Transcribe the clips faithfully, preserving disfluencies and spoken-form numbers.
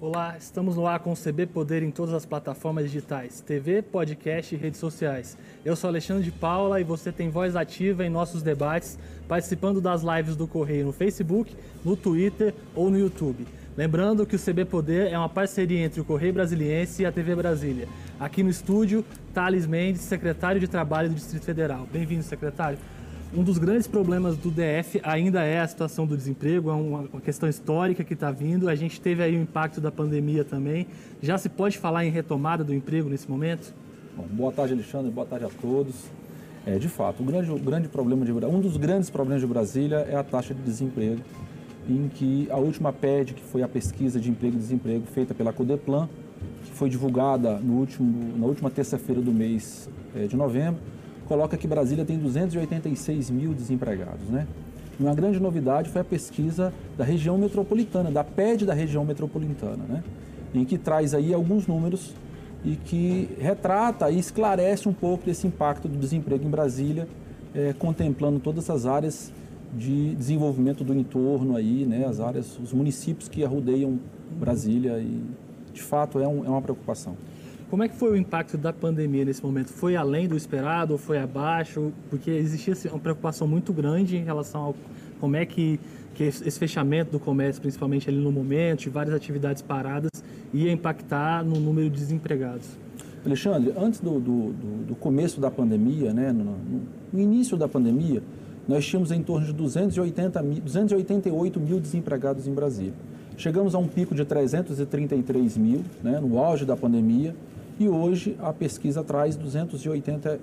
Olá, estamos no ar com o C B Poder em todas as plataformas digitais, T V, podcast e redes sociais. Eu sou Alexandre de Paula e você tem voz ativa em nossos debates, participando das lives do Correio no Facebook, no Twitter ou no YouTube. Lembrando que o C B Poder é uma parceria entre o Correio Brasiliense e a T V Brasília. Aqui no estúdio, Thales Mendes, secretário de Trabalho do Distrito Federal. Bem-vindo, secretário. Um dos grandes problemas do D F ainda é a situação do desemprego, é uma, uma questão histórica que está vindo. A gente teve aí o impacto da pandemia também. Já se pode falar em retomada do emprego nesse momento? Bom, boa tarde, Alexandre. Boa tarde a todos. É, de fato, o grande, o grande problema de, um dos grandes problemas de Brasília é a taxa de desemprego, em que a última P E D, que foi a pesquisa de emprego e desemprego feita pela Codeplan, que foi divulgada no último, na última terça-feira do mês é, de novembro, coloca que Brasília tem duzentos e oitenta e seis mil desempregados, né? E uma grande novidade foi a pesquisa da região metropolitana, da P E D da região metropolitana, né? Em que traz aí alguns números e que retrata e esclarece um pouco desse impacto do desemprego em Brasília, é, contemplando todas as áreas de desenvolvimento do entorno aí, né? As áreas, os municípios que arrodeiam Brasília e, de fato, é, um, é uma preocupação. Como é que foi o impacto da pandemia nesse momento? Foi além do esperado ou foi abaixo? Porque existia uma preocupação muito grande em relação ao como é que, que esse fechamento do comércio, principalmente ali no momento, de várias atividades paradas, ia impactar no número de desempregados. Alexandre, antes do, do, do, do começo da pandemia, né, no, no início da pandemia, nós tínhamos em torno de duzentos e oitenta mil, duzentos e oitenta e oito mil desempregados em Brasília. Chegamos a um pico de trezentos e trinta e três mil, né, no auge da pandemia. E hoje a pesquisa traz duzentos e oitenta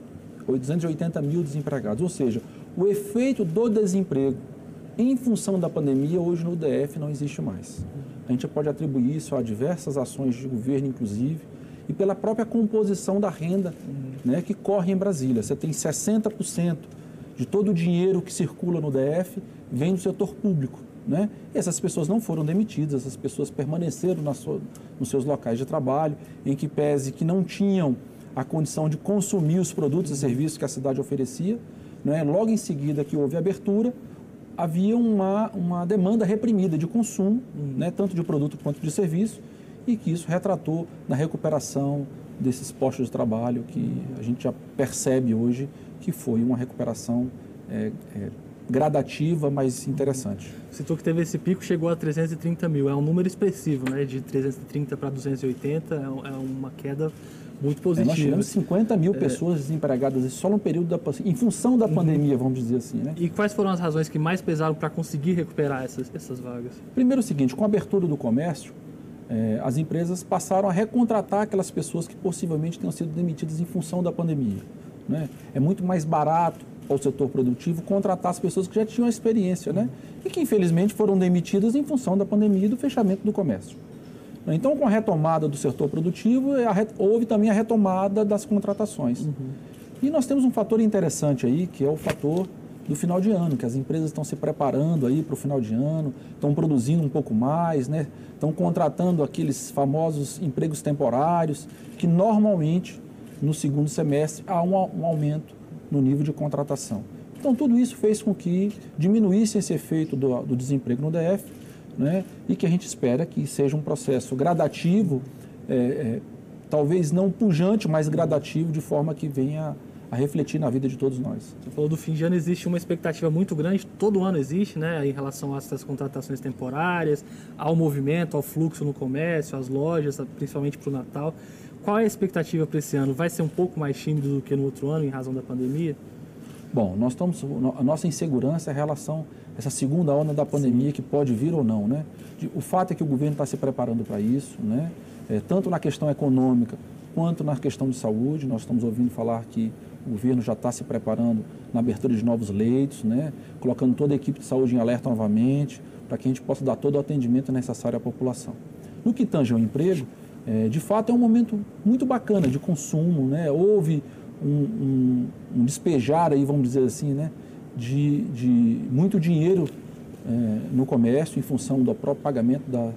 mil desempregados, ou seja, o efeito do desemprego em função da pandemia hoje no D F não existe mais. A gente pode atribuir isso a diversas ações de governo, inclusive, e pela própria composição da renda, né, que corre em Brasília. Você tem sessenta por cento de todo o dinheiro que circula no D F vem do setor público. Né? Essas pessoas não foram demitidas, essas pessoas permaneceram na sua, nos seus locais de trabalho, em que pese que não tinham a condição de consumir os produtos e serviços que a cidade oferecia, né? Logo em seguida que houve abertura, havia uma, uma demanda reprimida de consumo, uhum. né? Tanto de produto quanto de serviço, e que isso retratou na recuperação desses postos de trabalho que a gente já percebe hoje que foi uma recuperação é, é, gradativa, mas interessante. Citou que teve esse pico, chegou a trezentos e trinta mil, é um número expressivo, né? De trezentos e trinta para duzentos e oitenta, é uma queda muito positiva. É, nós tivemos cinquenta mil pessoas é... desempregadas só no período da em função da pandemia, uhum. vamos dizer assim, né? E quais foram as razões que mais pesaram para conseguir recuperar essas, essas vagas? Primeiro o seguinte, com a abertura do comércio, é, as empresas passaram a recontratar aquelas pessoas que possivelmente tenham sido demitidas em função da pandemia, né? É muito mais barato ao setor produtivo contratar as pessoas que já tinham experiência, né? E que infelizmente foram demitidas em função da pandemia e do fechamento do comércio. Então, com a retomada do setor produtivo, houve também a retomada das contratações. Uhum. E nós temos um fator interessante aí, que é o fator do final de ano, que as empresas estão se preparando aí para o final de ano, estão produzindo um pouco mais, né? Estão contratando aqueles famosos empregos temporários, que normalmente, no segundo semestre, há um, um aumento no nível de contratação. Então, tudo isso fez com que diminuísse esse efeito do, do desemprego no D F, né? E que a gente espera que seja um processo gradativo, é, é, talvez não pujante, mas gradativo, de forma que venha a refletir na vida de todos nós. Você falou do fim de ano, existe uma expectativa muito grande, todo ano existe, né, em relação a essas contratações temporárias, ao movimento, ao fluxo no comércio, às lojas, principalmente para o Natal. Qual é a expectativa para esse ano? Vai ser um pouco mais tímido do que no outro ano, em razão da pandemia? Bom, nós estamos, a nossa insegurança é em relação a essa segunda onda da pandemia, Sim. que pode vir ou não, né? O fato é que o governo está se preparando para isso, né? É, tanto na questão econômica quanto na questão de saúde. Nós estamos ouvindo falar que o governo já está se preparando na abertura de novos leitos, né? Colocando toda a equipe de saúde em alerta novamente, para que a gente possa dar todo o atendimento necessário à população. No que tange ao emprego, É, de fato, é um momento muito bacana de consumo, né? Houve um, um, um despejar, aí, vamos dizer assim, né? de, de muito dinheiro é, no comércio em função do próprio pagamento da,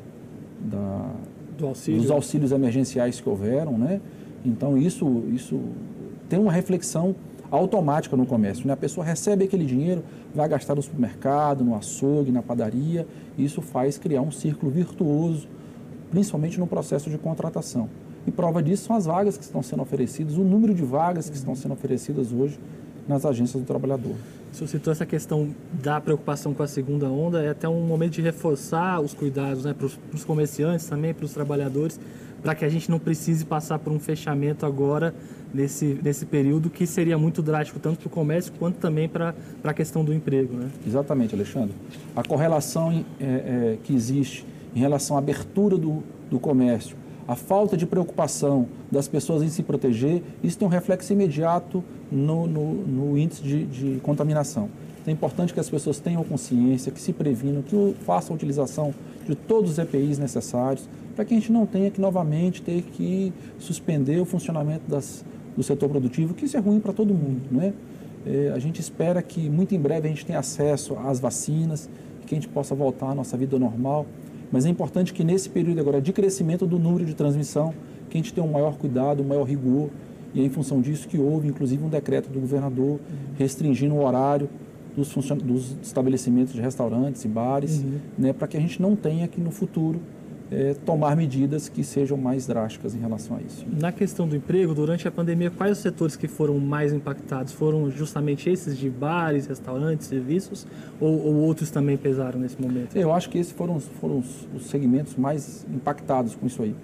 da, Do auxílio. dos auxílios emergenciais que houveram, né? Então, isso, isso tem uma reflexão automática no comércio, né? A pessoa recebe aquele dinheiro, vai gastar no supermercado, no açougue, na padaria, e isso faz criar um círculo virtuoso principalmente no processo de contratação. E prova disso são as vagas que estão sendo oferecidas, o número de vagas que estão sendo oferecidas hoje nas agências do trabalhador. O senhor citou essa questão da preocupação com a segunda onda, é até um momento de reforçar os cuidados, né, para os comerciantes também, para os trabalhadores, para que a gente não precise passar por um fechamento agora nesse, nesse período que seria muito drástico tanto para o comércio quanto também para a questão do emprego, né? Exatamente, Alexandre. A correlação é, é, que existe em relação à abertura do, do comércio, a falta de preocupação das pessoas em se proteger, isso tem um reflexo imediato no, no, no índice de, de contaminação. Então, é importante que as pessoas tenham consciência, que se previnam, que façam a utilização de todos os E P Is necessários, para que a gente não tenha que novamente ter que suspender o funcionamento das, do setor produtivo, que isso é ruim para todo mundo, não é? É, a gente espera que muito em breve a gente tenha acesso às vacinas, que a gente possa voltar à nossa vida normal. Mas é importante que nesse período agora de crescimento do número de transmissão, que a gente tenha um maior cuidado, um maior rigor, e é em função disso que houve, inclusive, um decreto do governador restringindo o horário dos, funcion... dos estabelecimentos de restaurantes e bares, uhum. né, para que a gente não tenha que no futuro é, tomar medidas que sejam mais drásticas em relação a isso. Na questão do emprego, durante a pandemia, quais os setores que foram mais impactados? Foram justamente esses de bares, restaurantes, serviços, ou, ou outros também pesaram nesse momento? Eu acho que esses foram, foram os, os segmentos mais impactados com isso aí.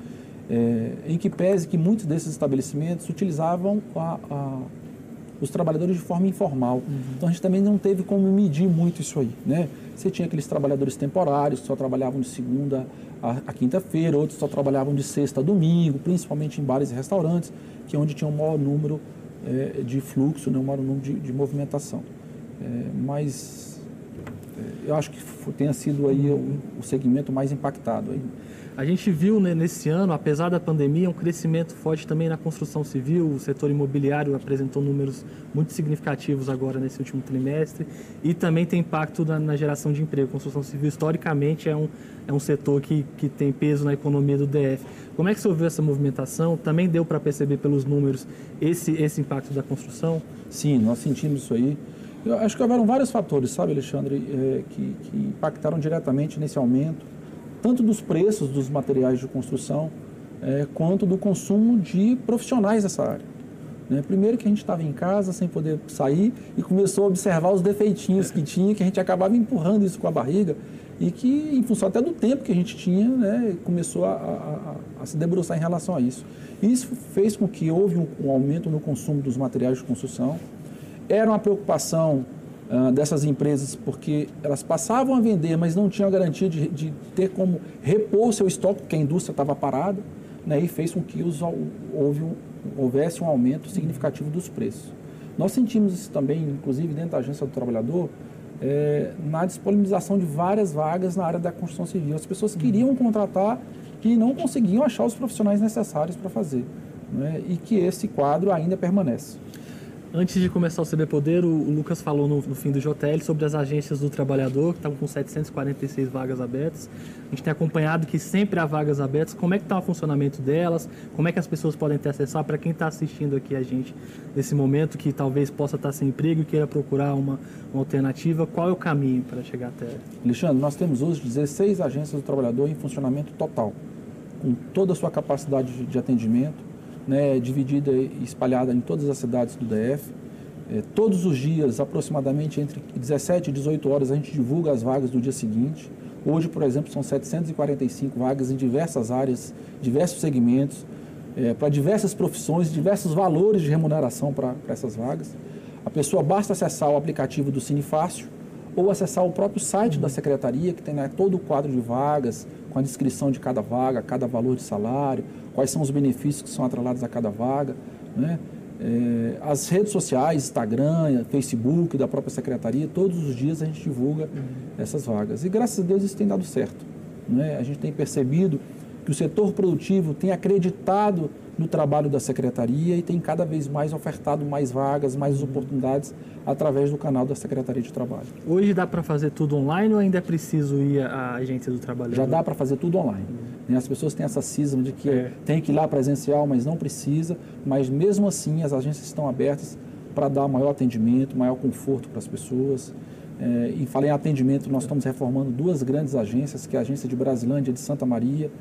É, em que pese que muitos desses estabelecimentos utilizavam a, a, os trabalhadores de forma informal. Uhum. Então, a gente também não teve como medir muito isso aí, né? Você tinha aqueles trabalhadores temporários que só trabalhavam de segunda a, a quinta-feira, outros só trabalhavam de sexta a domingo, principalmente em bares e restaurantes, que é onde tinha um maior número é, de fluxo, né, um maior número de, de movimentação. É, mas é, eu acho que tenha sido aí o, o segmento mais impactado aí. A gente viu, né, nesse ano, apesar da pandemia, um crescimento forte também na construção civil. O setor imobiliário apresentou números muito significativos agora nesse último trimestre e também tem impacto na, na geração de emprego. A construção civil, historicamente, é um, é um setor que, que tem peso na economia do D F. Como é que você ouviu essa movimentação? Também deu para perceber pelos números esse, esse impacto da construção? Sim, nós sentimos isso aí. Eu acho que houveram vários fatores, sabe, Alexandre, é, que, que impactaram diretamente nesse aumento, tanto dos preços dos materiais de construção, é, quanto do consumo de profissionais dessa área. Né? Primeiro que a gente estava em casa sem poder sair e começou a observar os defeitinhos que tinha, que a gente acabava empurrando isso com a barriga e que, em função até do tempo que a gente tinha, né, começou a, a, a se debruçar em relação a isso. Isso fez com que houve um, um aumento no consumo dos materiais de construção. Era uma preocupação Uh, dessas empresas, porque elas passavam a vender, mas não tinham a garantia de, de ter como repor o seu estoque, porque a indústria estava parada, né, e fez com que os, houve um, houvesse um aumento significativo dos preços. Nós sentimos isso também, inclusive dentro da Agência do Trabalhador, é, na disponibilização de várias vagas na área da construção civil. As pessoas queriam contratar e não conseguiam achar os profissionais necessários para fazer, né, e que esse quadro ainda permanece. Antes de começar o C B Poder, o Lucas falou no, no fim do J L sobre as agências do trabalhador, que estavam com setecentas e quarenta e seis vagas abertas. A gente tem acompanhado que sempre há vagas abertas. Como é que está o funcionamento delas? Como é que as pessoas podem ter acesso? Para quem está assistindo aqui a gente nesse momento, que talvez possa estar sem emprego e queira procurar uma, uma alternativa, qual é o caminho para chegar até ela? Alexandre, nós temos hoje dezesseis agências do trabalhador em funcionamento total, com toda a sua capacidade de, de atendimento, né, dividida e espalhada em todas as cidades do D F. É, todos os dias, aproximadamente entre dezessete e dezoito horas, a gente divulga as vagas do dia seguinte. Hoje, por exemplo, são setecentas e quarenta e cinco vagas em diversas áreas, diversos segmentos, é, para diversas profissões, diversos valores de remuneração para essas vagas. A pessoa basta acessar o aplicativo do Cine Fácil ou acessar o próprio site uhum. da Secretaria, que tem, né, todo o quadro de vagas, com a descrição de cada vaga, cada valor de salário, quais são os benefícios que são atrelados a cada vaga, né? É, as redes sociais, Instagram, Facebook, da própria Secretaria, todos os dias a gente divulga uhum. essas vagas. E graças a Deus isso tem dado certo, né? A gente tem percebido que o setor produtivo tem acreditado no trabalho da Secretaria e tem cada vez mais ofertado mais vagas, mais oportunidades através do canal da Secretaria de Trabalho. Hoje dá para fazer tudo online ou ainda é preciso ir à agência do trabalhador? Já dá para fazer tudo online. Uhum. As pessoas têm essa cisma de que é. tem que ir lá presencial, mas não precisa. Mas mesmo assim as agências estão abertas para dar maior atendimento, maior conforto para as pessoas. É, e falei em atendimento, nós estamos reformando duas grandes agências, que é a agência de Brasilândia e de Santa Maria.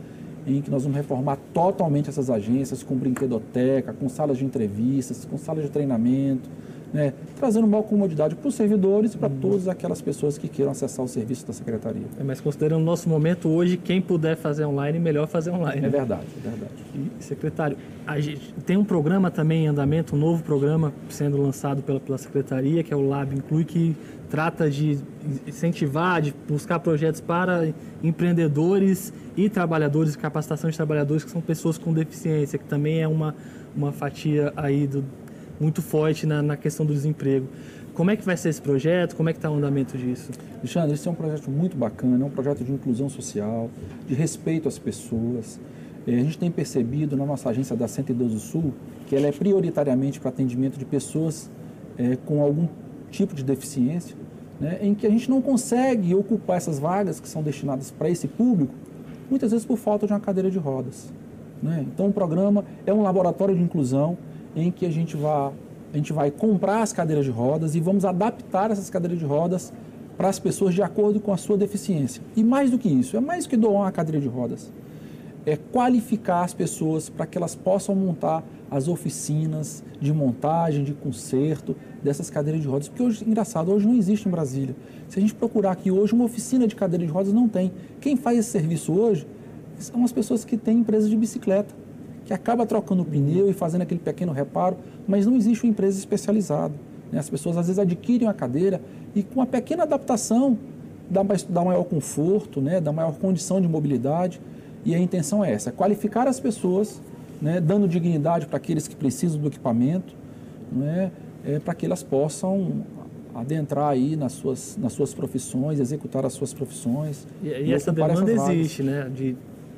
em que nós vamos reformar totalmente essas agências, com brinquedoteca, com salas de entrevistas, com salas de treinamento, né, trazendo maior comodidade para os servidores e para uhum. todas aquelas pessoas que queiram acessar o serviço da Secretaria. É, mas considerando o nosso momento hoje, quem puder fazer online, melhor fazer online. É verdade, é verdade. E, secretário, a gente tem um programa também em andamento, um novo programa sendo lançado pela, pela Secretaria, que é o Lab Inclui, que trata de incentivar, de buscar projetos para empreendedores e trabalhadores, capacitação de trabalhadores que são pessoas com deficiência, que também é uma, uma fatia aí do, muito forte na, na questão do desemprego. Como é que vai ser esse projeto? Como é que está o andamento disso? Alexandre, esse é um projeto muito bacana, é um projeto de inclusão social, de respeito às pessoas. A gente tem percebido na nossa agência da cento e doze Sul que ela é prioritariamente para atendimento de pessoas é, com algum tipo de deficiência, né, em que a gente não consegue ocupar essas vagas que são destinadas para esse público, muitas vezes por falta de uma cadeira de rodas. Né? Então o programa é um laboratório de inclusão em que a gente vai, a gente vai comprar as cadeiras de rodas e vamos adaptar essas cadeiras de rodas para as pessoas de acordo com a sua deficiência. E mais do que isso, é mais do que doar uma cadeira de rodas, é qualificar as pessoas para que elas possam montar as oficinas de montagem, de conserto dessas cadeiras de rodas. Porque hoje, engraçado, hoje não existe em Brasília. Se a gente procurar aqui hoje, uma oficina de cadeira de rodas não tem. Quem faz esse serviço hoje são as pessoas que têm empresas de bicicleta, que acaba trocando o pneu e fazendo aquele pequeno reparo, mas não existe uma empresa especializada. Né? As pessoas às vezes adquirem a cadeira e com uma pequena adaptação dá, dá maior conforto, né? Dá maior condição de mobilidade. E a intenção é essa, é qualificar as pessoas, né, dando dignidade para aqueles que precisam do equipamento, né, é, para que elas possam adentrar aí nas suas, nas suas profissões, executar as suas profissões. E, e, e essa demanda existe, né? De,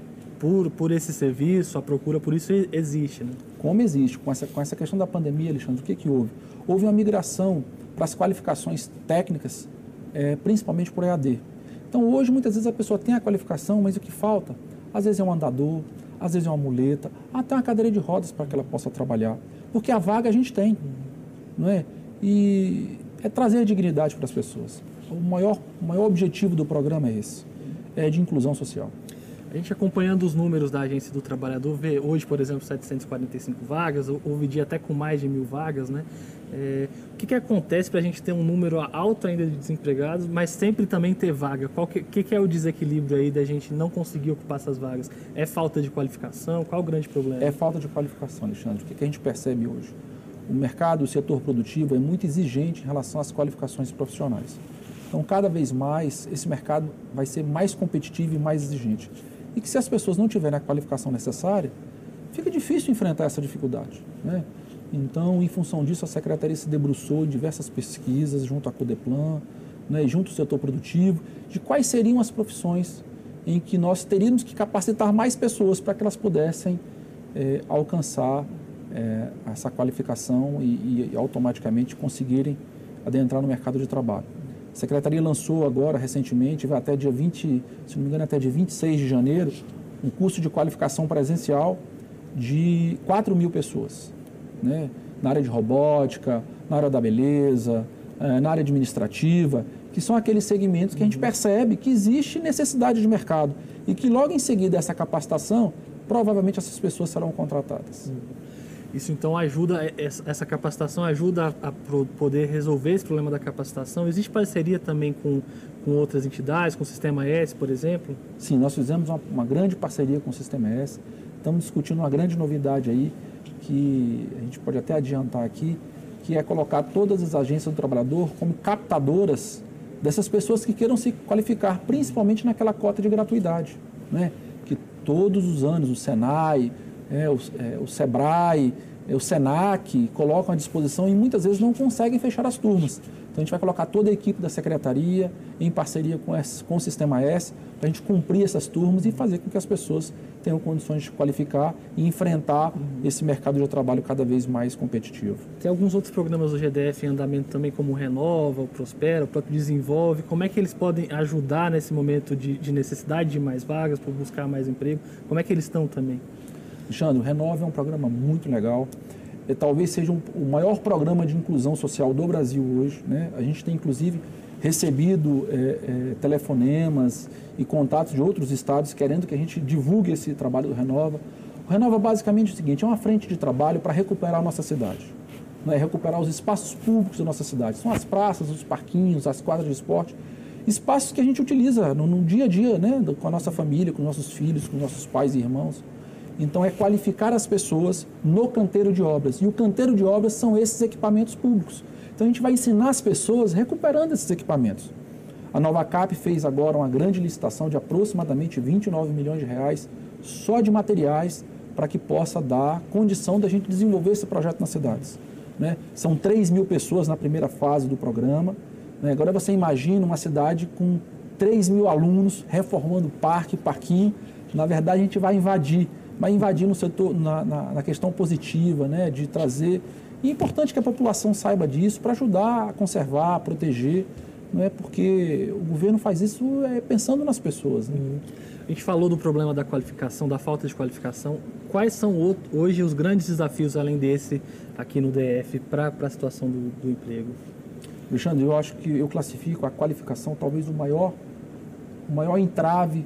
por, por esse serviço, a procura por isso existe, né? Como existe? Com essa, com essa questão da pandemia, Alexandre, o que, que houve? Houve uma migração para as qualificações técnicas, é, principalmente por E A D. Então, hoje, muitas vezes a pessoa tem a qualificação, mas o que falta? Às vezes é um andador, às vezes é uma muleta, até uma cadeira de rodas para que ela possa trabalhar. Porque a vaga a gente tem, não é? E é trazer dignidade para as pessoas. O maior, o maior objetivo do programa é esse, é de inclusão social. A gente acompanhando os números da Agência do Trabalhador, vê hoje, por exemplo, setecentas e quarenta e cinco vagas, houve dia até com mais de mil vagas, né? É, o que, que acontece para a gente ter um número alto ainda de desempregados, mas sempre também ter vaga? Qual que, que, que é o desequilíbrio aí da gente não conseguir ocupar essas vagas? É falta de qualificação? Qual o grande problema? É falta de qualificação, Alexandre. O que, que a gente percebe hoje? O mercado, o setor produtivo é muito exigente em relação às qualificações profissionais. Então, cada vez mais, esse mercado vai ser mais competitivo e mais exigente. E que se as pessoas não tiverem a qualificação necessária, fica difícil enfrentar essa dificuldade, né? Então, em função disso, a Secretaria se debruçou em diversas pesquisas junto à Codeplan, né, junto ao setor produtivo, de quais seriam as profissões em que nós teríamos que capacitar mais pessoas para que elas pudessem é, alcançar é, essa qualificação e, e automaticamente conseguirem adentrar no mercado de trabalho. A Secretaria lançou agora, recentemente, vai até dia vinte, se não me engano, até dia vinte e seis de janeiro, um curso de qualificação presencial de quatro mil pessoas, né? Na área de robótica, na área da beleza, na área administrativa, que são aqueles segmentos que a gente percebe que existe necessidade de mercado e que logo em seguida essa capacitação, provavelmente essas pessoas serão contratadas. Isso então ajuda, essa capacitação ajuda a, a poder resolver esse problema da capacitação. Existe parceria também com, com outras entidades, com o Sistema S, por exemplo? Sim, nós fizemos uma, uma grande parceria com o Sistema S. Estamos discutindo uma grande novidade aí, que a gente pode até adiantar aqui, que é colocar todas as agências do trabalhador como captadoras dessas pessoas que queiram se qualificar, principalmente naquela cota de gratuidade, né? Que todos os anos o Senai, É, o, é, o SEBRAE, é, o SENAC colocam à disposição e muitas vezes não conseguem fechar as turmas. Então a gente vai colocar toda a equipe da Secretaria em parceria com, esse, com o Sistema S para a gente cumprir essas turmas e fazer com que as pessoas tenham condições de qualificar e enfrentar uhum. esse mercado de trabalho cada vez mais competitivo. Tem alguns outros programas do G D F em andamento também, como o Renova, o Prospera, o próprio Desenvolve. Como é que eles podem ajudar nesse momento de, de necessidade de mais vagas, para buscar mais emprego? Como é que eles estão também? Alexandre, o Renove é um programa muito legal, é, talvez seja um, o maior programa de inclusão social do Brasil hoje, né? A gente tem, inclusive, recebido é, é, telefonemas e contatos de outros estados querendo que a gente divulgue esse trabalho do Renova. O Renova basicamente é o seguinte, é uma frente de trabalho para recuperar a nossa cidade, né? Recuperar os espaços públicos da nossa cidade. São as praças, os parquinhos, as quadras de esporte, espaços que a gente utiliza no, no dia a dia, né? Com a nossa família, com nossos filhos, com nossos pais e irmãos. Então, é qualificar as pessoas no canteiro de obras. E o canteiro de obras são esses equipamentos públicos. Então, a gente vai ensinar as pessoas recuperando esses equipamentos. A Nova Cap fez agora uma grande licitação de aproximadamente vinte e nove milhões de reais só de materiais para que possa dar condição da gente desenvolver esse projeto nas cidades, né? São três mil pessoas na primeira fase do programa, né? Agora você imagina uma cidade com três mil alunos reformando parque, parquinho. Na verdade, a gente vai invadir. Vai invadir no setor, na, na, na questão positiva, né, de trazer... E é importante que a população saiba disso para ajudar a conservar, a proteger, não é? Porque o governo faz isso é, pensando nas pessoas, né? Uhum. A gente falou do problema da qualificação, da falta de qualificação. Quais são hoje os grandes desafios, além desse, aqui no D F, para a situação do, do emprego? Alexandre, eu acho que eu classifico a qualificação talvez o maior, o maior entrave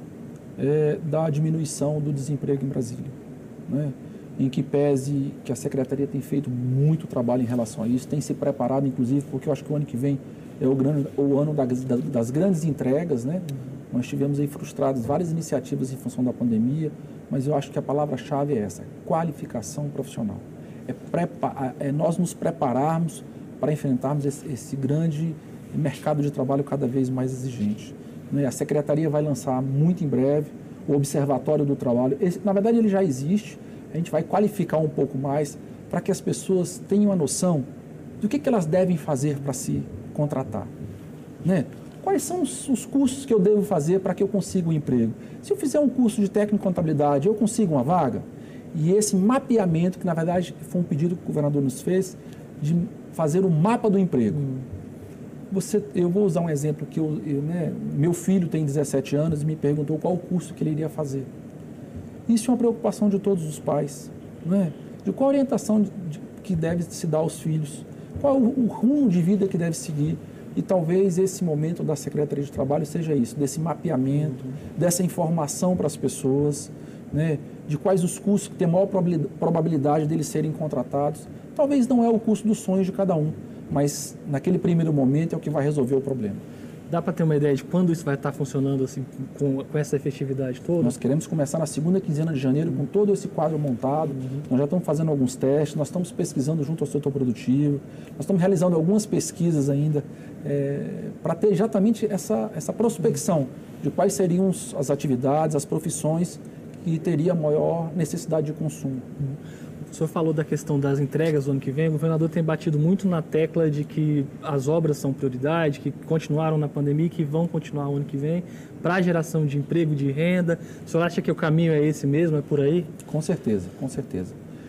É, da diminuição do desemprego em Brasília, né? Em que pese que a Secretaria tem feito muito trabalho em relação a isso, tem se preparado, inclusive, porque eu acho que o ano que vem é o, grande, o ano das, das grandes entregas, né? Uhum. Nós tivemos aí frustrados várias iniciativas em função da pandemia, mas eu acho que a palavra-chave é essa, qualificação profissional. É, prepa, é nós nos prepararmos para enfrentarmos esse, esse grande mercado de trabalho cada vez mais exigente. A Secretaria vai lançar muito em breve o Observatório do Trabalho. Esse, na verdade, ele já existe. A gente vai qualificar um pouco mais para que as pessoas tenham a noção do que, que elas devem fazer para se contratar, né? Quais são os, os cursos que eu devo fazer para que eu consiga um emprego? Se eu fizer um curso de técnico em contabilidade, eu consigo uma vaga? E esse mapeamento, que na verdade foi um pedido que o governador nos fez, de fazer um mapa do emprego. Hum. Você, eu vou usar um exemplo que eu, eu, né, meu filho tem dezessete anos e me perguntou qual o curso que ele iria fazer. Isso é uma preocupação de todos os pais, né? De qual orientação de, de, que deve se dar aos filhos, qual o, o rumo de vida que deve seguir. E talvez esse momento da Secretaria de Trabalho seja isso, desse mapeamento, dessa informação para as pessoas, né, de quais os cursos que têm maior probabilidade deles serem contratados. Talvez não é o curso dos sonhos de cada um, mas naquele primeiro momento é o que vai resolver o problema. Dá para ter uma ideia de quando isso vai estar funcionando assim, com, com essa efetividade toda? Nós queremos começar na segunda quinzena de janeiro com todo esse quadro montado. Uhum. Nós já estamos fazendo alguns testes, nós estamos pesquisando junto ao setor produtivo, nós estamos realizando algumas pesquisas ainda é, para ter exatamente essa, essa prospecção uhum. de quais seriam as atividades, as profissões que teria maior necessidade de consumo. Uhum. O senhor falou da questão das entregas do ano que vem. O governador tem batido muito na tecla de que as obras são prioridade, que continuaram na pandemia e que vão continuar o ano que vem para a geração de emprego, de renda. O senhor acha que o caminho é esse mesmo, é por aí? Com certeza, com certeza.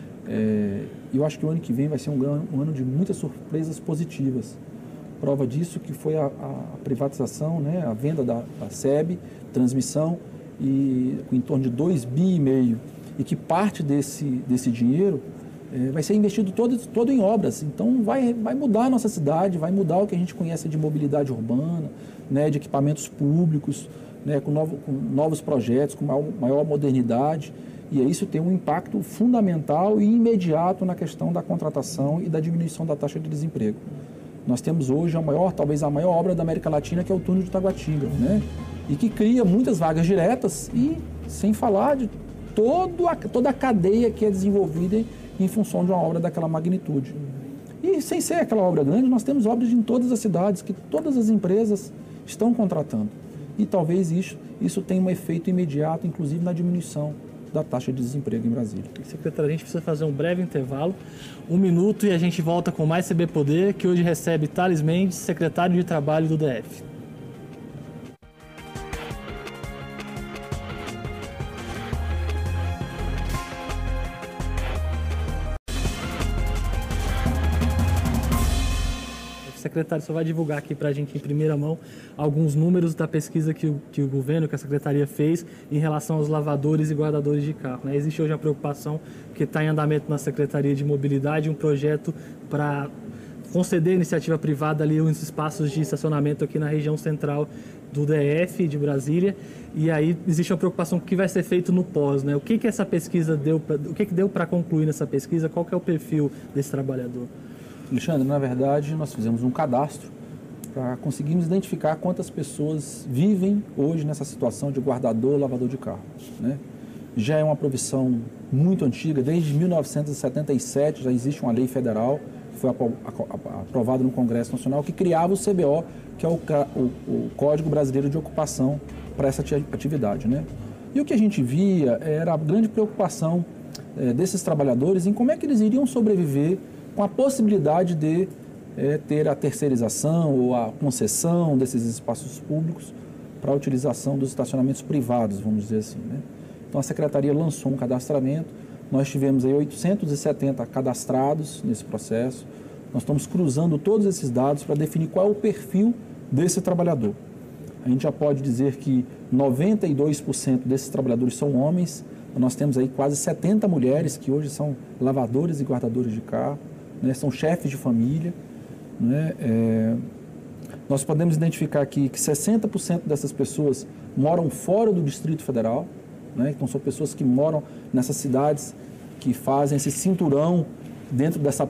É, eu acho que o ano que vem vai ser um, um ano de muitas surpresas positivas. Prova disso que foi a, a privatização, né, a venda da, da S E B, transmissão, e com em torno de dois bi e meio. E que parte desse, desse dinheiro é, vai ser investido todo, todo em obras. Então, vai, vai mudar a nossa cidade, vai mudar o que a gente conhece de mobilidade urbana, né, de equipamentos públicos, né, com, novo, com novos projetos, com maior, maior modernidade. E isso tem um impacto fundamental e imediato na questão da contratação e da diminuição da taxa de desemprego. Nós temos hoje a maior, talvez a maior obra da América Latina, que é o túnel de Taguatinga, né, e que cria muitas vagas diretas e sem falar de Todo a, toda a cadeia que é desenvolvida em, em função de uma obra daquela magnitude. E sem ser aquela obra grande, nós temos obras em todas as cidades, que todas as empresas estão contratando. E talvez isso, isso tenha um efeito imediato, inclusive na diminuição da taxa de desemprego em Brasília. Secretário, a gente precisa fazer um breve intervalo, um minuto, e a gente volta com mais C B Poder, que hoje recebe Thales Mendes, secretário de Trabalho do D F. Secretário, só vai divulgar aqui para a gente em primeira mão alguns números da pesquisa que o, que o governo, que a Secretaria fez em relação aos lavadores e guardadores de carro, né? Existe hoje a preocupação que está em andamento na Secretaria de Mobilidade um projeto para conceder à iniciativa privada ali uns espaços de estacionamento aqui na região central do D F, de Brasília, e aí existe uma preocupação com o que vai ser feito no pós, né? O que que essa pesquisa deu, pra, o que que deu para concluir nessa pesquisa? Qual que é o perfil desse trabalhador? Alexandre, na verdade, nós fizemos um cadastro para conseguirmos identificar quantas pessoas vivem hoje nessa situação de guardador, lavador de carro, né? Já é uma profissão muito antiga, desde mil novecentos e setenta e sete já existe uma lei federal que foi aprovada no Congresso Nacional que criava o C B O, que é o, o, o Código Brasileiro de Ocupação para essa atividade, né? E o que a gente via era a grande preocupação é, desses trabalhadores em como é que eles iriam sobreviver com a possibilidade de é, ter a terceirização ou a concessão desses espaços públicos para a utilização dos estacionamentos privados, vamos dizer assim, né? Então, a Secretaria lançou um cadastramento, nós tivemos aí oitocentos e setenta cadastrados nesse processo, nós estamos cruzando todos esses dados para definir qual é o perfil desse trabalhador. A gente já pode dizer que noventa e dois por cento desses trabalhadores são homens, nós temos aí quase setenta mulheres que hoje são lavadores e guardadores de carro, né, são chefes de família, né, é, nós podemos identificar aqui que sessenta por cento dessas pessoas moram fora do Distrito Federal, né? Então, são pessoas que moram nessas cidades que fazem esse cinturão dentro dessa,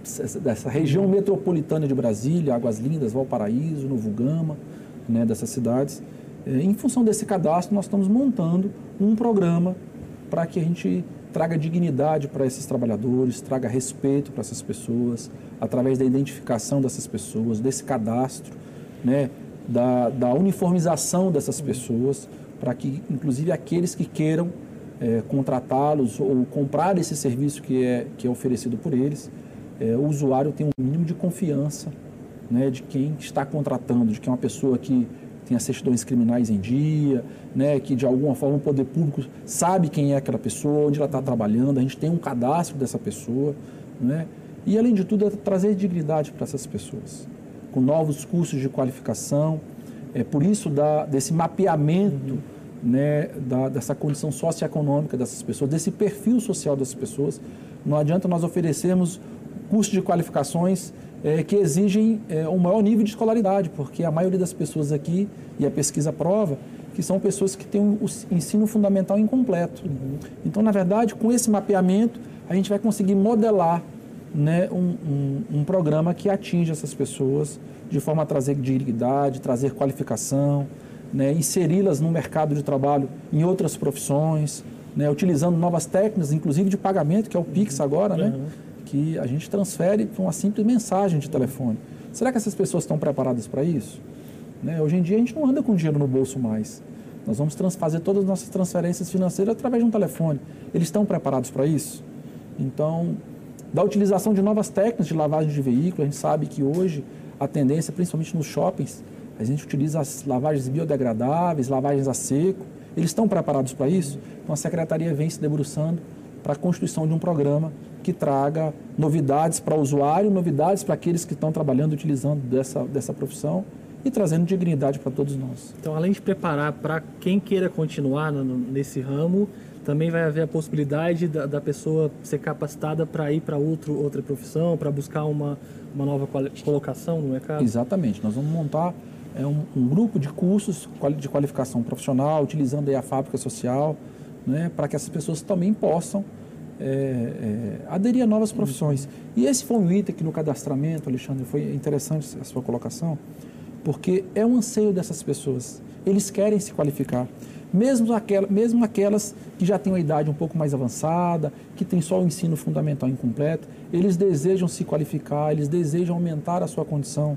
dessa região metropolitana de Brasília, Águas Lindas, Valparaíso, Novo Gama, né? Dessas cidades. Em função desse cadastro, nós estamos montando um programa para que a gente traga dignidade para esses trabalhadores, traga respeito para essas pessoas, através da identificação dessas pessoas, desse cadastro, né? da, da uniformização dessas pessoas, para que, inclusive, aqueles que queiram é, contratá-los ou comprar esse serviço que é, que é oferecido por eles, é, o usuário tem um mínimo de confiança, né, de quem está contratando, de que é uma pessoa que tem as certidões criminais em dia, né, que de alguma forma o poder público sabe quem é aquela pessoa, onde ela está trabalhando, a gente tem um cadastro dessa pessoa, né, e além de tudo é trazer dignidade para essas pessoas, com novos cursos de qualificação. É por isso da, desse mapeamento, uhum. né, da, dessa condição socioeconômica dessas pessoas, desse perfil social dessas pessoas. Não adianta nós oferecermos cursos de qualificações é, que exigem é, um maior nível de escolaridade, porque a maioria das pessoas aqui, e a pesquisa prova, que são pessoas que têm o ensino fundamental incompleto. Uhum. Então, na verdade, com esse mapeamento, a gente vai conseguir modelar, né, um, um, um programa que atinja essas pessoas de forma a trazer dignidade, trazer qualificação, né, inseri-las no mercado de trabalho em outras profissões, né, utilizando novas técnicas, inclusive de pagamento, que é o Pix agora, né, uhum. que a gente transfere para uma simples mensagem de telefone. Será que essas pessoas estão preparadas para isso? Né, hoje em dia a gente não anda com dinheiro no bolso mais. Nós vamos trans, fazer todas as nossas transferências financeiras através de um telefone. Eles estão preparados para isso? Então, da utilização de novas técnicas de lavagem de veículo, a gente sabe que hoje a tendência, principalmente nos shoppings, a gente utiliza as lavagens biodegradáveis, lavagens a seco. Eles estão preparados para isso? Então, a Secretaria vem se debruçando para a constituição de um programa que traga novidades para o usuário, novidades para aqueles que estão trabalhando, utilizando dessa, dessa profissão e trazendo dignidade para todos nós. Então, além de preparar para quem queira continuar no, nesse ramo, também vai haver a possibilidade da, da pessoa ser capacitada para ir para outra profissão, para buscar uma, uma nova colocação no mercado? Exatamente. Nós vamos montar é, um, um grupo de cursos de qualificação profissional, utilizando aí a fábrica social, né, para que essas pessoas também possam é, é, aderir a novas profissões. E esse foi um item que no cadastramento, Alexandre, foi interessante a sua colocação, porque é um anseio dessas pessoas. Eles querem se qualificar. Mesmo, aquela, mesmo aquelas que já têm uma idade um pouco mais avançada, que têm só o ensino fundamental incompleto, eles desejam se qualificar, eles desejam aumentar a sua condição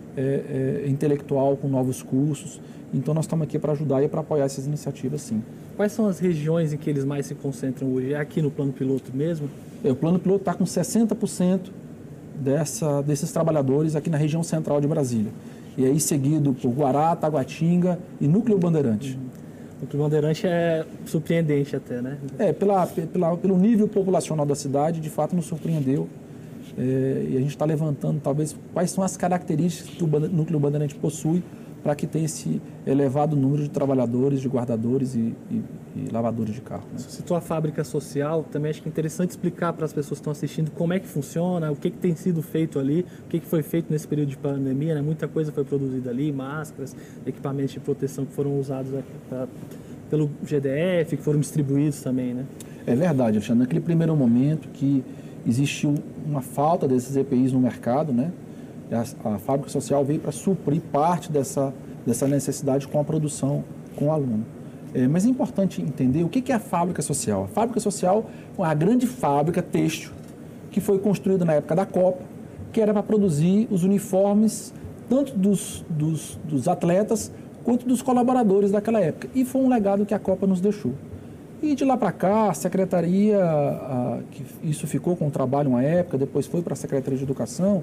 é, é, intelectual com novos cursos. Então, nós estamos aqui para ajudar e para apoiar essas iniciativas, sim. Quais são as regiões em que eles mais se concentram hoje? É aqui no Plano Piloto mesmo? É, o Plano Piloto está com sessenta por cento dessa, desses trabalhadores aqui na região central de Brasília. E aí seguido por Guará, Taguatinga e Núcleo Bandeirante. Uhum. O Núcleo Bandeirante é surpreendente até, né? É, pela, pela, pelo nível populacional da cidade, de fato nos surpreendeu. É, e a gente está levantando, talvez, quais são as características que o Núcleo Bandeirante possui para que tenha esse elevado número de trabalhadores, de guardadores e, e, e lavadores de carro. Né? Você citou a fábrica social, também acho que é interessante explicar para as pessoas que estão assistindo como é que funciona, o que, que tem sido feito ali, o que, que foi feito nesse período de pandemia, né? Muita coisa foi produzida ali, máscaras, equipamentos de proteção que foram usados aqui pra, pelo G D F, que foram distribuídos também, né? É verdade, Alexandre. Naquele primeiro momento que existiu uma falta desses E P Is no mercado, né? A, a fábrica social veio para suprir parte dessa, dessa necessidade com a produção com o aluno. É, mas é importante entender o que, que é a fábrica social. A fábrica social é uma grande fábrica têxtil que foi construída na época da Copa, que era para produzir os uniformes tanto dos, dos, dos atletas quanto dos colaboradores daquela época. E foi um legado que a Copa nos deixou. E de lá para cá, a secretaria, a, que isso ficou com o trabalho uma época, depois foi para a Secretaria de Educação,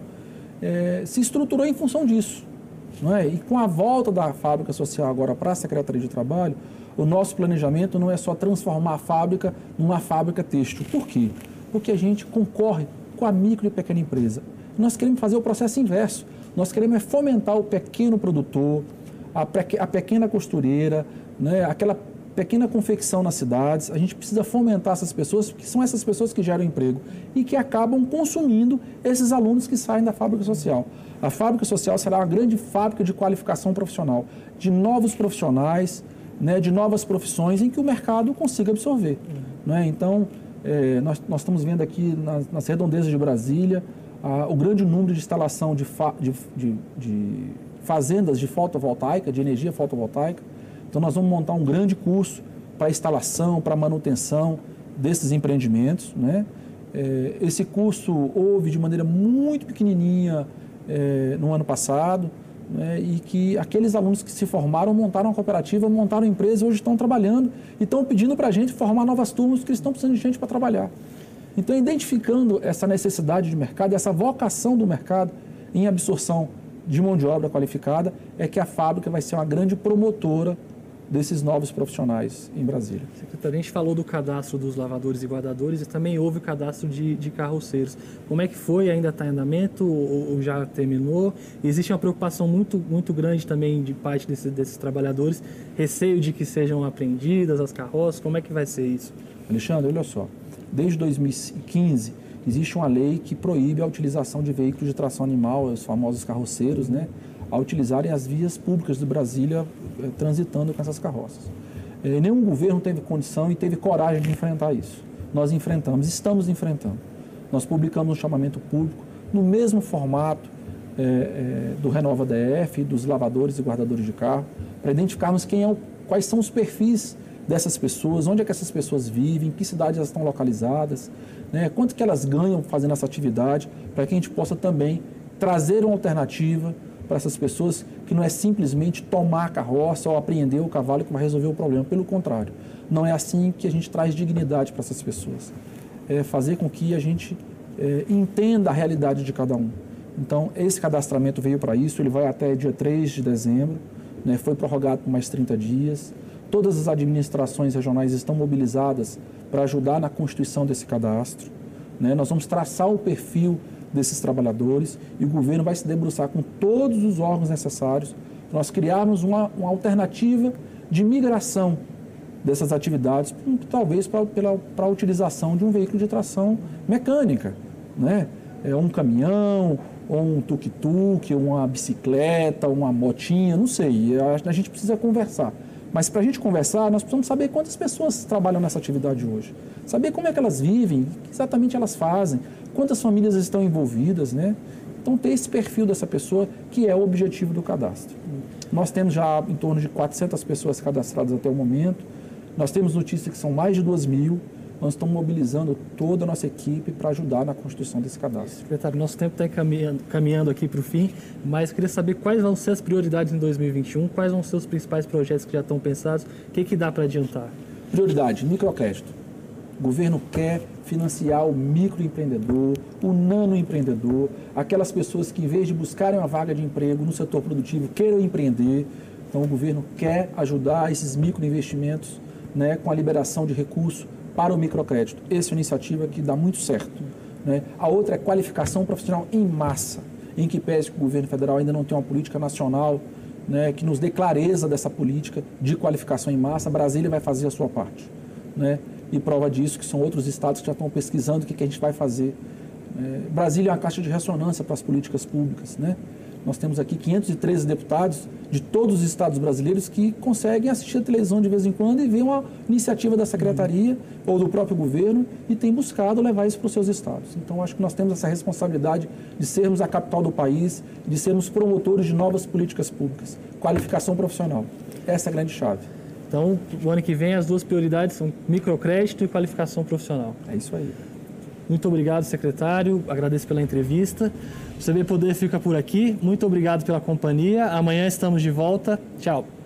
é, se estruturou em função disso. Não é? E com a volta da fábrica social agora para a Secretaria de Trabalho, o nosso planejamento não é só transformar a fábrica numa fábrica têxtil. Por quê? Porque a gente concorre com a micro e pequena empresa. Nós queremos fazer o processo inverso. Nós queremos fomentar o pequeno produtor, a, pe a pequena costureira, né? Aquela pequena confecção nas cidades. A gente precisa fomentar essas pessoas, porque são essas pessoas que geram emprego e que acabam consumindo esses alunos que saem da fábrica social. A fábrica social será uma grande fábrica de qualificação profissional, de novos profissionais, né, de novas profissões em que o mercado consiga absorver. Uhum. Né? Então, é, nós, nós estamos vendo aqui nas, nas redondezas de Brasília a, o grande número de instalação de, fa, de, de, de fazendas de fotovoltaica, de energia fotovoltaica. Então, nós vamos montar um grande curso para instalação, para manutenção desses empreendimentos. Né? É, esse curso houve de maneira muito pequenininha é, no ano passado, né? E que aqueles alunos que se formaram, montaram uma cooperativa, montaram uma empresa, hoje estão trabalhando e estão pedindo para a gente formar novas turmas, porque eles estão precisando de gente para trabalhar. Então, identificando essa necessidade de mercado, essa vocação do mercado em absorção de mão de obra qualificada, é que a fábrica vai ser uma grande promotora desses novos profissionais em Brasília. Secretário, a gente falou do cadastro dos lavadores e guardadores e também houve o cadastro de, de carroceiros. Como é que foi? Ainda está em andamento ou, ou já terminou? Existe uma preocupação muito, muito grande também de parte desse, desses trabalhadores, receio de que sejam apreendidas as carroças. Como é que vai ser isso? Alexandre, olha só, desde dois mil e quinze existe uma lei que proíbe a utilização de veículos de tração animal, os famosos carroceiros, né, a utilizarem as vias públicas de Brasília eh, transitando com essas carroças. Eh, nenhum governo teve condição e teve coragem de enfrentar isso. Nós enfrentamos, estamos enfrentando. Nós publicamos um chamamento público no mesmo formato eh, eh, do Renova D F, dos lavadores e guardadores de carro, para identificarmos quem é o, quais são os perfis dessas pessoas, onde é que essas pessoas vivem, em que cidades elas estão localizadas, né, quanto que elas ganham fazendo essa atividade, para que a gente possa também trazer uma alternativa para essas pessoas, que não é simplesmente tomar a carroça ou apreender o cavalo que vai resolver o problema. Pelo contrário, não é assim que a gente traz dignidade para essas pessoas. É fazer com que a gente é, entenda a realidade de cada um. Então, esse cadastramento veio para isso, ele vai até dia três de dezembro, né, foi prorrogado por mais trinta dias. Todas as administrações regionais estão mobilizadas para ajudar na constituição desse cadastro. Né? Nós vamos traçar o perfil desses trabalhadores e o governo vai se debruçar com todos os órgãos necessários para nós criarmos uma, uma alternativa de migração dessas atividades, talvez para a utilização de um veículo de tração mecânica, né? É um caminhão, ou um tuk-tuk, uma bicicleta, uma motinha, não sei, a, a gente precisa conversar. Mas para a gente conversar, nós precisamos saber quantas pessoas trabalham nessa atividade hoje. Saber como é que elas vivem, o que exatamente elas fazem, quantas famílias estão envolvidas, né? Então, ter esse perfil dessa pessoa, que é o objetivo do cadastro. Nós temos já em torno de quatrocentas pessoas cadastradas até o momento. Nós temos notícia que são mais de duas mil. Nós estamos mobilizando toda a nossa equipe para ajudar na constituição desse cadastro. Secretário, nosso tempo está caminhando, caminhando aqui para o fim, mas queria saber quais vão ser as prioridades em dois mil e vinte e um, quais vão ser os principais projetos que já estão pensados, o que, que dá para adiantar? Prioridade, microcrédito. O governo quer financiar o microempreendedor, o nanoempreendedor, aquelas pessoas que, em vez de buscarem uma vaga de emprego no setor produtivo, queiram empreender. Então, o governo quer ajudar esses microinvestimentos, né, com a liberação de recursos para o microcrédito. Essa é uma iniciativa que dá muito certo. Né? A outra é qualificação profissional em massa, em que pese que o governo federal ainda não tem uma política nacional né, que nos dê clareza dessa política de qualificação em massa. Brasília vai fazer a sua parte, né? E prova disso que são outros estados que já estão pesquisando o que, que a gente vai fazer. É, Brasília é uma caixa de ressonância para as políticas públicas, né? Nós temos aqui quinhentos e treze deputados de todos os estados brasileiros que conseguem assistir a televisão de vez em quando e ver uma iniciativa da secretaria ou do próprio governo e tem buscado levar isso para os seus estados. Então, acho que nós temos essa responsabilidade de sermos a capital do país, de sermos promotores de novas políticas públicas, qualificação profissional. Essa é a grande chave. Então, o ano que vem as duas prioridades são microcrédito e qualificação profissional. É isso aí. Muito obrigado, secretário. Agradeço pela entrevista. O C B Poder fica por aqui. Muito obrigado pela companhia. Amanhã estamos de volta. Tchau.